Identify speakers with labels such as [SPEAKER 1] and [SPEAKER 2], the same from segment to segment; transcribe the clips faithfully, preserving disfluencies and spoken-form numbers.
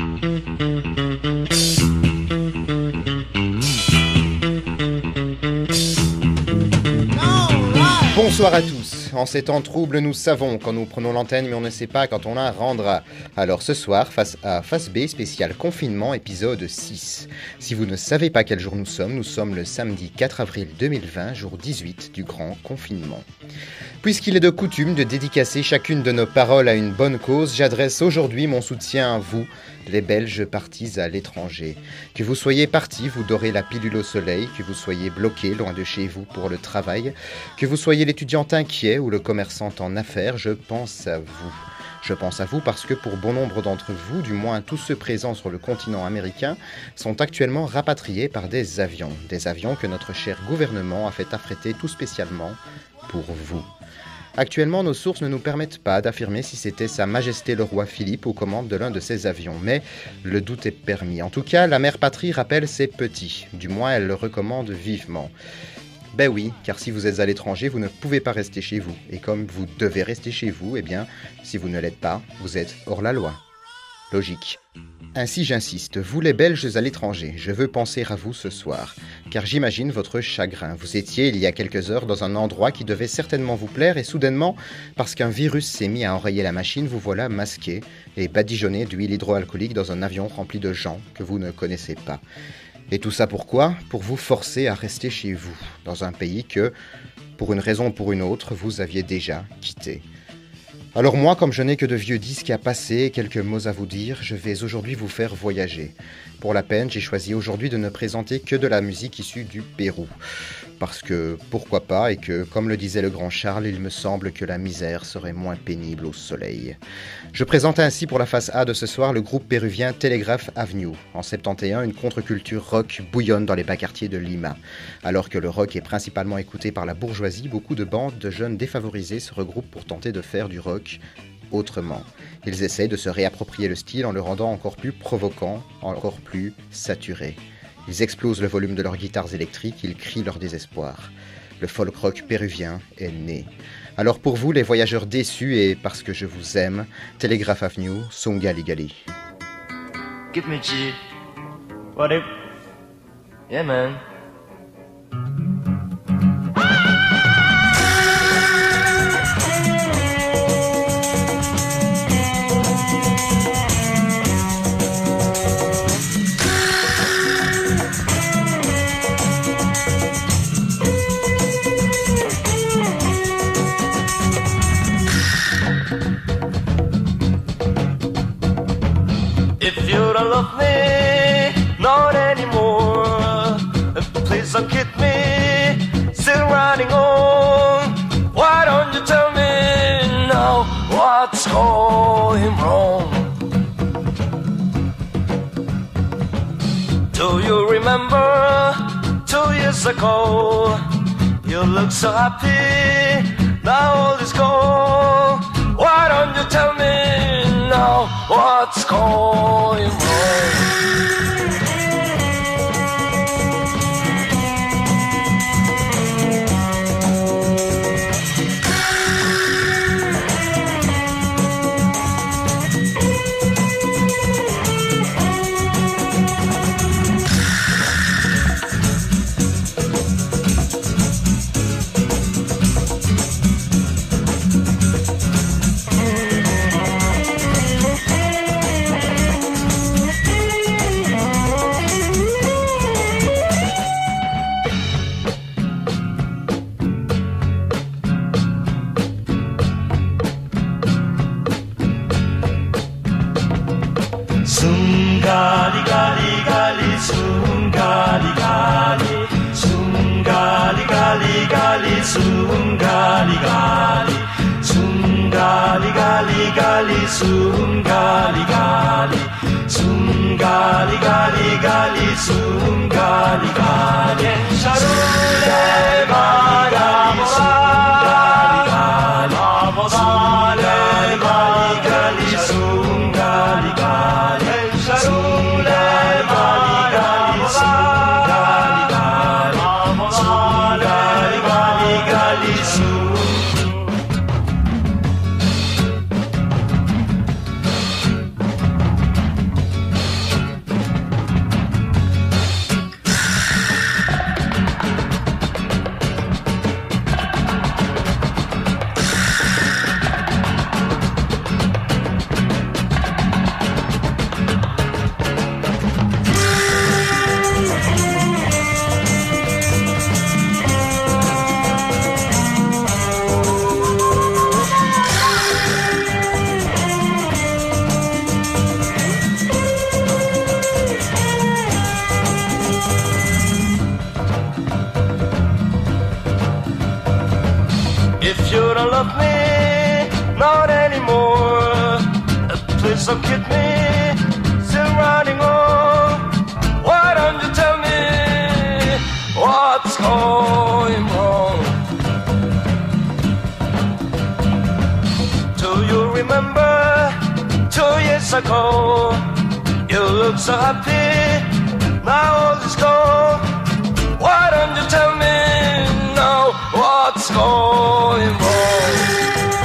[SPEAKER 1] Bonsoir à tous. En ces temps troubles, nous savons quand nous prenons l'antenne, mais on ne sait pas quand on la rendra. Alors ce soir, face A, face B, spécial confinement, épisode six. Si vous ne savez pas quel jour nous sommes, nous sommes le samedi quatre avril deux mille vingt, jour dix-huit du grand confinement. Puisqu'il est de coutume de dédicacer chacune de nos paroles à une bonne cause, j'adresse aujourd'hui mon soutien à vous, les Belges partis à l'étranger. Que vous soyez partis, vous dorez la pilule au soleil, que vous soyez bloqués loin de chez vous pour le travail, que vous soyez l'étudiant inquiet ou le commerçant en affaires, je pense à vous. Je pense à vous parce que pour bon nombre d'entre vous, du moins tous ceux présents sur le continent américain, sont actuellement rapatriés par des avions. Des avions que notre cher gouvernement a fait affréter tout spécialement pour vous. Actuellement, nos sources ne nous permettent pas d'affirmer si c'était Sa Majesté le Roi Philippe aux commandes de l'un de ces avions, mais le doute est permis. En tout cas, la mère patrie rappelle ses petits, du moins elle le recommande vivement. Ben oui, car si vous êtes à l'étranger, vous ne pouvez pas rester chez vous. Et comme vous devez rester chez vous, eh bien, si vous ne l'êtes pas, vous êtes hors la loi. Logique. Ainsi j'insiste, vous les Belges à l'étranger, je veux penser à vous ce soir, car j'imagine votre chagrin. Vous étiez il y a quelques heures dans un endroit qui devait certainement vous plaire et soudainement, parce qu'un virus s'est mis à enrayer la machine, vous voilà masqué et badigeonné d'huile hydroalcoolique dans un avion rempli de gens que vous ne connaissez pas. Et tout ça pourquoi ? Pour vous forcer à rester chez vous, dans un pays que, pour une raison ou pour une autre, vous aviez déjà quitté. Alors moi, comme je n'ai que de vieux disques à passer et quelques mots à vous dire, je vais aujourd'hui vous faire voyager. Pour la peine, j'ai choisi aujourd'hui de ne présenter que de la musique issue du Pérou. Parce que, pourquoi pas, et que, comme le disait le grand Charles, il me semble que la misère serait moins pénible au soleil. Je présente ainsi pour la face A de ce soir le groupe péruvien Telegraph Avenue. En soixante et onze, une contre-culture rock bouillonne dans les bas quartiers de Lima. Alors que le rock est principalement écouté par la bourgeoisie, beaucoup de bandes de jeunes défavorisés se regroupent pour tenter de faire du rock autrement. Ils essaient de se réapproprier le style en le rendant encore plus provocant, encore plus saturé. Ils explosent le volume de leurs guitares électriques, ils crient leur désespoir. Le folk rock péruvien est né. Alors pour vous, les voyageurs déçus et parce que je vous aime, Telegraph Avenue, Sungali Gali.
[SPEAKER 2] Give me G. What if? Yeah, man. If you don't love me, not anymore, please don't kid me, still running on. Why don't you tell me now what's going wrong? Do you remember two years ago? You looked so happy, now all is gone. Why don't you tell me now what's going wrong? Sungali gali gali, sungali gali, sungali gali gali, sungali gali, sungali gali gali, sungali gali, sungali gali gali, sungali gali, Sharule gali, sungali gali, sungali gali, sungali gali. so kid me, still running on. Why don't you tell me what's going wrong? Do you remember two years ago? You look so happy, now all is gone. Why don't you tell me now what's going wrong?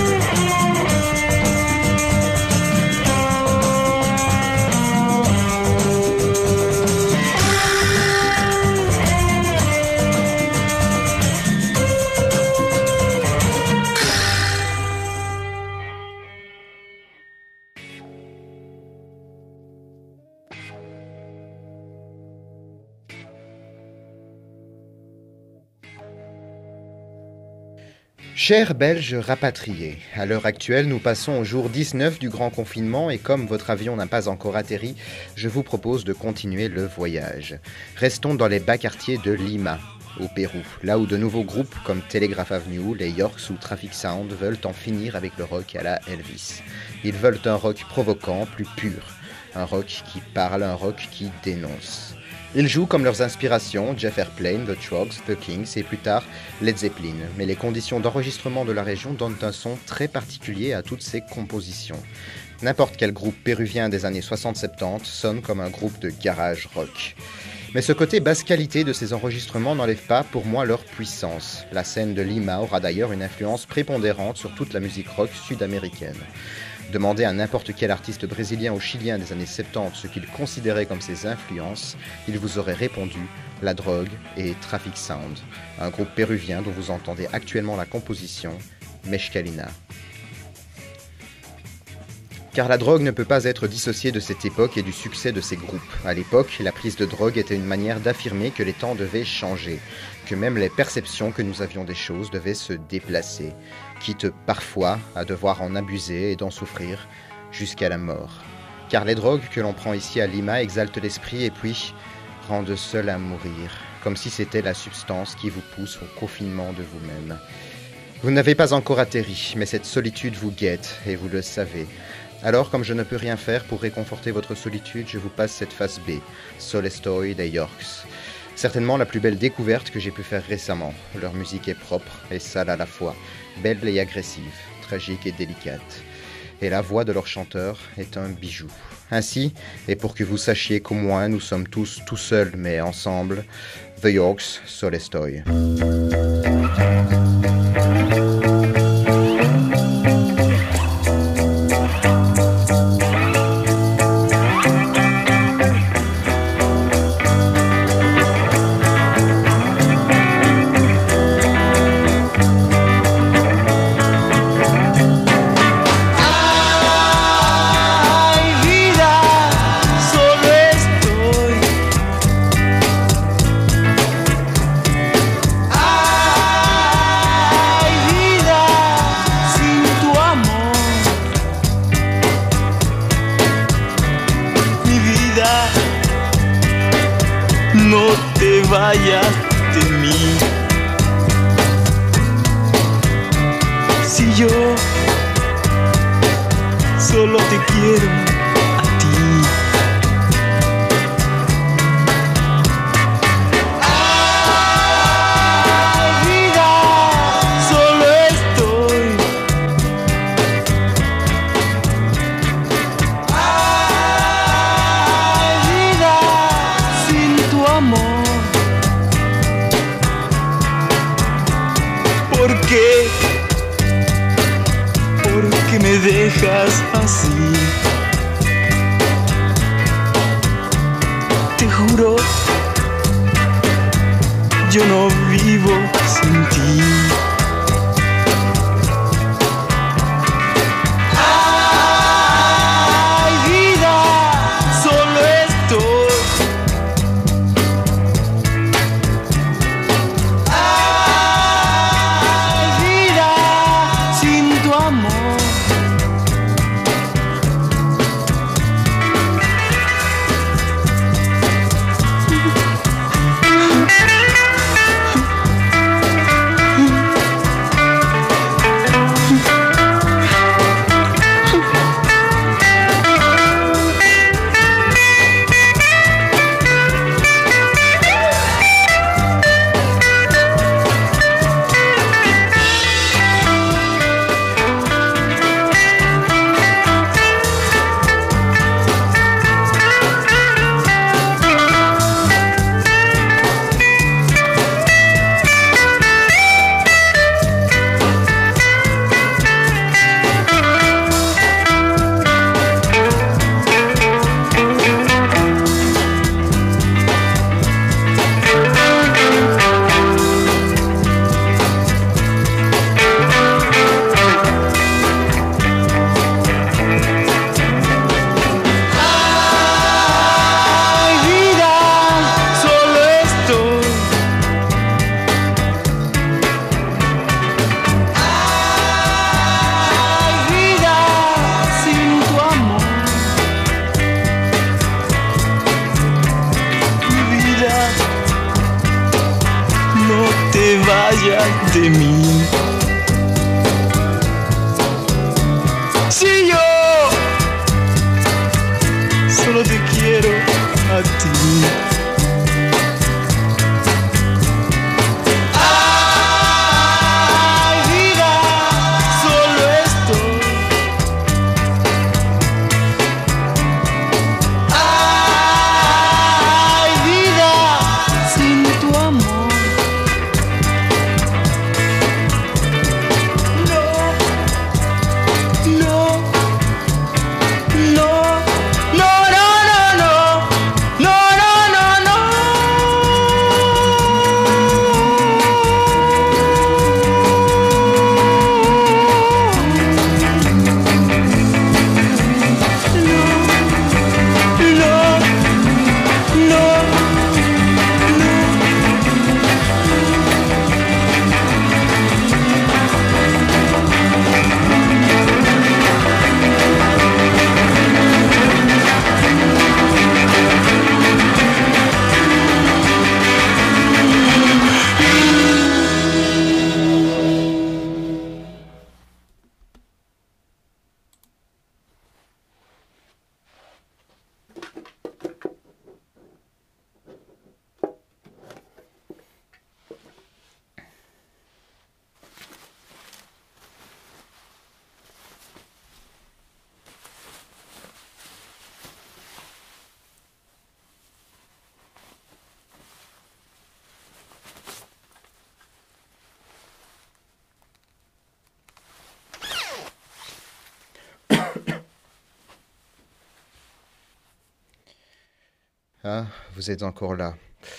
[SPEAKER 1] Chers Belges rapatriés, à l'heure actuelle, nous passons au jour dix-neuf du grand confinement et comme votre avion n'a pas encore atterri, je vous propose de continuer le voyage. Restons dans les bas quartiers de Lima, au Pérou, là où de nouveaux groupes comme Telegraph Avenue, les Yorks ou Traffic Sound veulent en finir avec le rock à la Elvis. Ils veulent un rock provoquant, plus pur, un rock qui parle, un rock qui dénonce. Ils jouent comme leurs inspirations, Jeff Airplane, The Trogs, The Kings et plus tard Led Zeppelin. Mais les conditions d'enregistrement de la région donnent un son très particulier à toutes ces compositions. N'importe quel groupe péruvien des années soixante soixante-dix sonne comme un groupe de garage rock. Mais ce côté basse qualité de ces enregistrements n'enlève pas pour moi leur puissance. La scène de Lima aura d'ailleurs une influence prépondérante sur toute la musique rock sud-américaine. Demandez à n'importe quel artiste brésilien ou chilien des années soixante-dix ce qu'il considérait comme ses influences, il vous aurait répondu La Drogue et Traffic Sound, un groupe péruvien dont vous entendez actuellement la composition, Mezcalina. Car la drogue ne peut pas être dissociée de cette époque et du succès de ces groupes. À l'époque, la prise de drogue était une manière d'affirmer que les temps devaient changer, que même les perceptions que nous avions des choses devaient se déplacer, quitte parfois à devoir en abuser et d'en souffrir jusqu'à la mort. Car les drogues que l'on prend ici à Lima exaltent l'esprit et puis rendent seul à mourir, comme si c'était la substance qui vous pousse au confinement de vous-même. Vous n'avez pas encore atterri, mais cette solitude vous guette et vous le savez. Alors, comme je ne peux rien faire pour réconforter votre solitude, je vous passe cette face B, Soul Story des Yorks. Certainement la plus belle découverte que j'ai pu faire récemment. Leur musique est propre et sale à la fois, belle et agressive, tragique et délicate. Et la voix de leur chanteur est un bijou. Ainsi, et pour que vous sachiez qu'au moins nous sommes tous tout seuls mais ensemble, The Yorks, Soul Story.
[SPEAKER 3] No te vayas de mí. Si yo solo te quiero a ti. Ay, vida, solo estoy. Ay, vida, sin tu amor. ¿Por qué? ¿Por qué me dejas así? Te juro, yo no vivo sin ti. Ay, vida, solo estoy. Ay, vida, sin tu amor. vayas de mí. Si yo solo te quiero a ti. Ay, vida, solo estoy. Ay, vida, sin tu amor. No, no, no, no, no, no, no, no, no, no, no.
[SPEAKER 1] Ah, vous êtes encore là.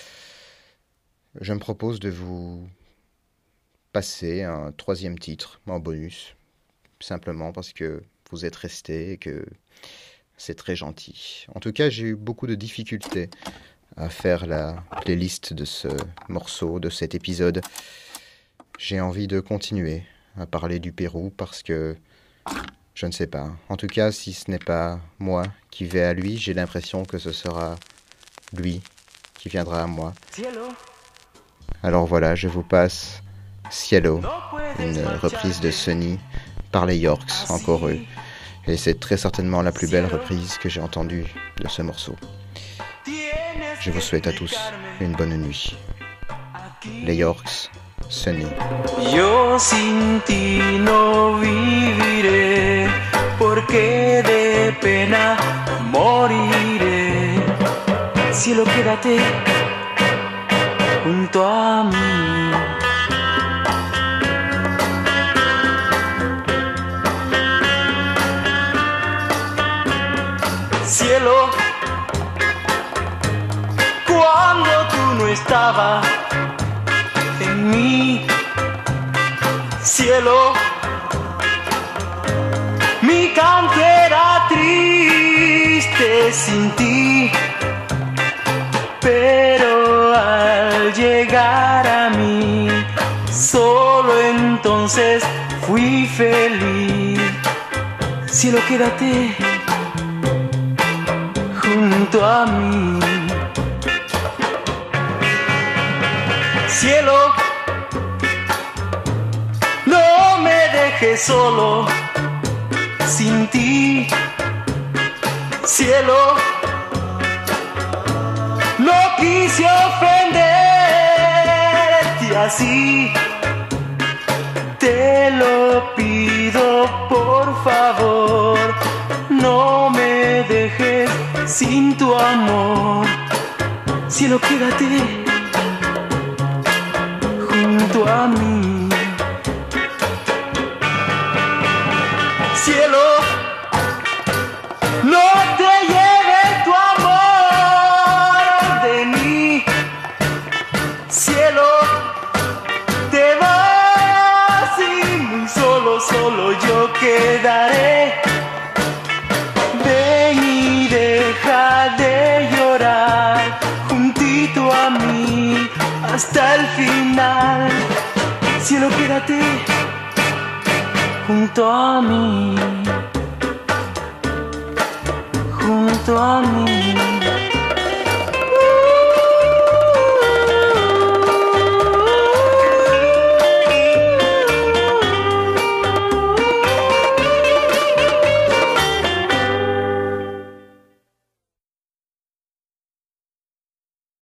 [SPEAKER 1] Je me propose de vous passer un troisième titre en bonus, simplement parce que vous êtes restés et que c'est très gentil. En tout cas, j'ai eu beaucoup de difficultés à faire la playlist de ce morceau, de cet épisode. J'ai envie de continuer à parler du Pérou parce que je ne sais pas. En tout cas, si ce n'est pas moi qui vais à lui, j'ai l'impression que ce sera lui qui viendra à moi. Alors voilà, je vous passe Cielo, une reprise de Sunny par les Yorks, encore eux. Et c'est très certainement la plus belle reprise que j'ai entendue de ce morceau. Je vous souhaite à tous une bonne nuit. Les Yorks, Sunny.
[SPEAKER 3] Yo sin ti no viviré, porque de pena moriré. Cielo, quédate junto a mí. Cielo, cuando tú no estabas en mí, cielo, mi canto era triste sin ti, pero al llegar a mí, solo entonces fui feliz. Cielo, quédate junto a mí. Cielo, no me dejes solo sin ti. Cielo, no quise ofenderte así. Te lo pido por favor, no me dejes sin tu amor. Cielo, quédate junto a mí. Cielo, no te lleves tu amor de mí. Cielo, te vas y muy solo, solo yo quedaré. Ven y deja de llorar juntito a mí hasta el final. Cielo, quédate junto a mí, junto a mí.